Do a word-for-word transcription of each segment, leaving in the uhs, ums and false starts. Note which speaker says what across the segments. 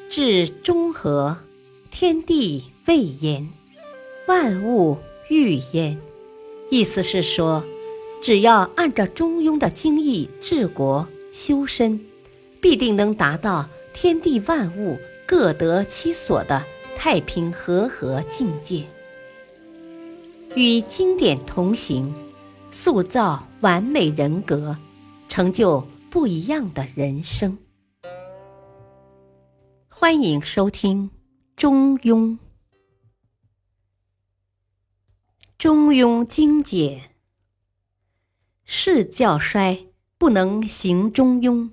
Speaker 1: 至中和，天地未焉，万物欲焉。意思是说，只要按照中庸的精义治国修身，必定能达到天地万物各得其所的太平和合境界。与经典同行，塑造完美人格，成就不一样的人生。欢迎收听中庸。中庸精解：士教衰，不能行中庸。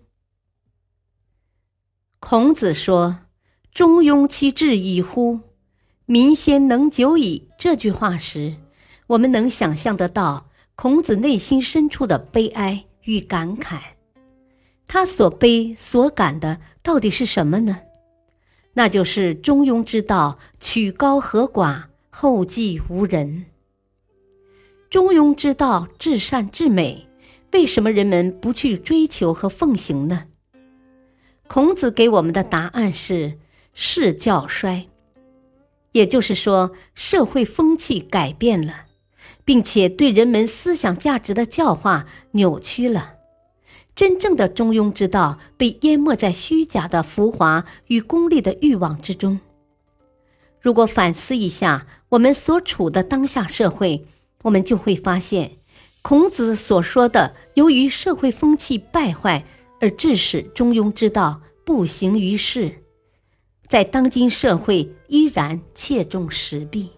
Speaker 1: 孔子说：“中庸其志矣乎？民先能久矣。”这句话时，我们能想象得到孔子内心深处的悲哀与感慨。他所悲所感的到底是什么呢？那就是中庸之道，取高和寡，后继无人。中庸之道至善至美，为什么人们不去追求和奉行呢？孔子给我们的答案是士教衰，也就是说，社会风气改变了，并且对人们思想价值的教化扭曲了。真正的中庸之道被淹没在虚假的浮华与功利的欲望之中。如果反思一下我们所处的当下社会，我们就会发现，孔子所说的由于社会风气败坏而致使中庸之道不行于世，在当今社会依然切中时弊。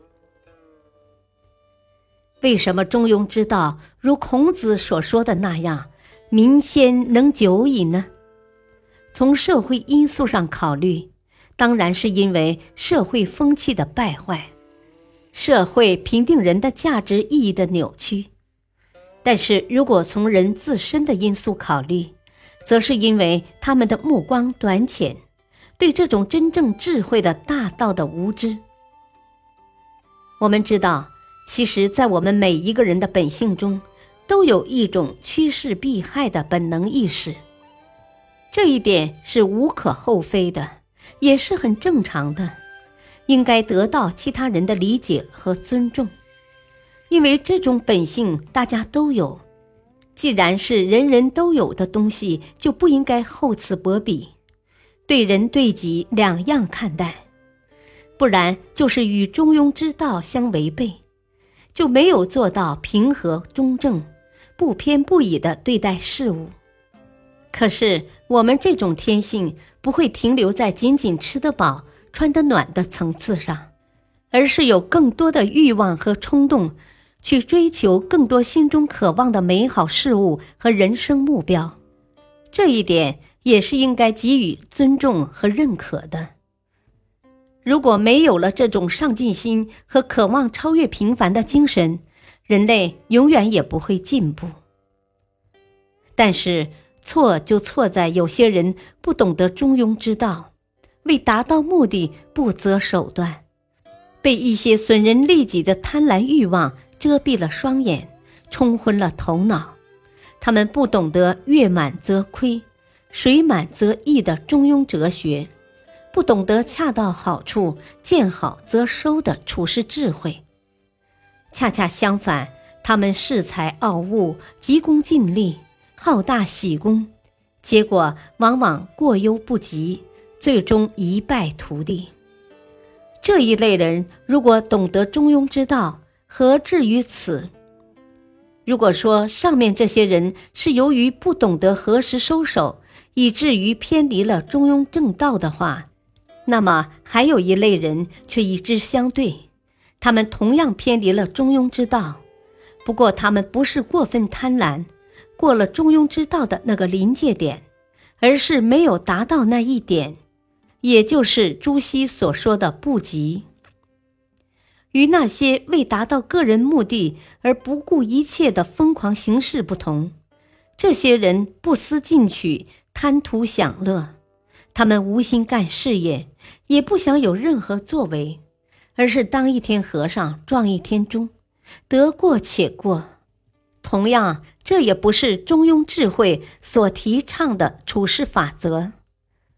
Speaker 1: 为什么中庸之道如孔子所说的那样，民先能久矣呢？从社会因素上考虑，当然是因为社会风气的败坏，社会评定人的价值意义的扭曲。但是如果从人自身的因素考虑，则是因为他们的目光短浅，对这种真正智慧的大道的无知。我们知道，其实在我们每一个人的本性中，都有一种趋势避害的本能意识，这一点是无可厚非的，也是很正常的，应该得到其他人的理解和尊重。因为这种本性大家都有，既然是人人都有的东西，就不应该厚此薄彼，对人对己两样看待，不然就是与中庸之道相违背，就没有做到平和中正，不偏不倚地对待事物。可是我们这种天性不会停留在仅仅吃得饱穿得暖的层次上，而是有更多的欲望和冲动，去追求更多心中渴望的美好事物和人生目标。这一点也是应该给予尊重和认可的。如果没有了这种上进心和渴望超越平凡的精神，人类永远也不会进步。但是错就错在有些人不懂得中庸之道，为达到目的不择手段，被一些损人利己的贪婪欲望遮蔽了双眼，冲昏了头脑。他们不懂得月满则亏，水满则溢的中庸哲学，不懂得恰到好处，见好则收的处世智慧。恰恰相反，他们恃才傲物，急功近利，好大喜功，结果往往过犹不及，最终一败涂地。这一类人如果懂得中庸之道，何至于此？如果说上面这些人是由于不懂得何时收手，以至于偏离了中庸正道的话，那么还有一类人却与之相对，他们同样偏离了中庸之道，不过他们不是过分贪婪，过了中庸之道的那个临界点，而是没有达到那一点，也就是朱熹所说的不及。与那些为达到个人目的而不顾一切的疯狂行事不同，这些人不思进取，贪图享乐，他们无心干事业，也不想有任何作为，而是当一天和尚撞一天钟，得过且过。同样，这也不是中庸智慧所提倡的处事法则。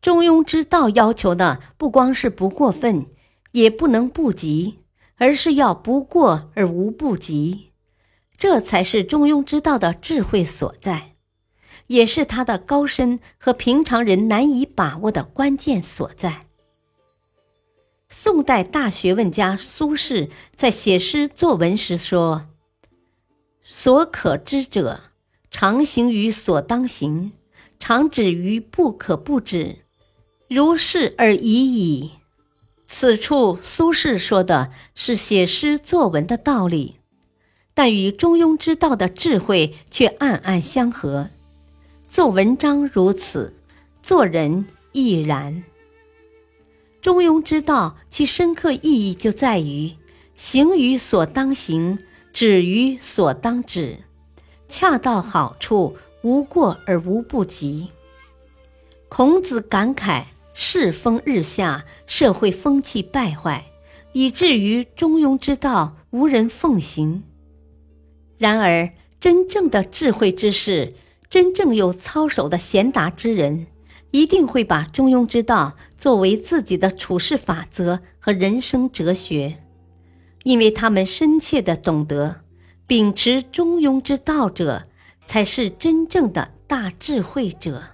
Speaker 1: 中庸之道要求的不光是不过分，也不能不及，而是要不过而无不及。这才是中庸之道的智慧所在，也是它的高深和平常人难以把握的关键所在。宋代大学问家苏轼在写诗作文时说：所可知者，常行于所当行，常止于不可不止，如是而已矣。此处苏轼说的是写诗作文的道理，但与中庸之道的智慧却暗暗相合。做文章如此，做人亦然。中庸之道其深刻意义就在于行于所当行，止于所当止，恰到好处，无过而无不及。孔子感慨世风日下，社会风气败坏，以至于中庸之道无人奉行。然而真正的智慧之士，真正有操守的贤达之人，一定会把中庸之道作为自己的处事法则和人生哲学，因为他们深切地懂得，秉持中庸之道者，才是真正的大智慧者。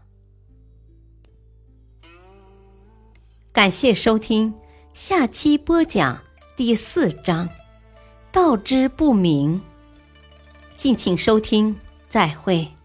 Speaker 1: 感谢收听，下期播讲第四章，道之不明。敬请收听，再会。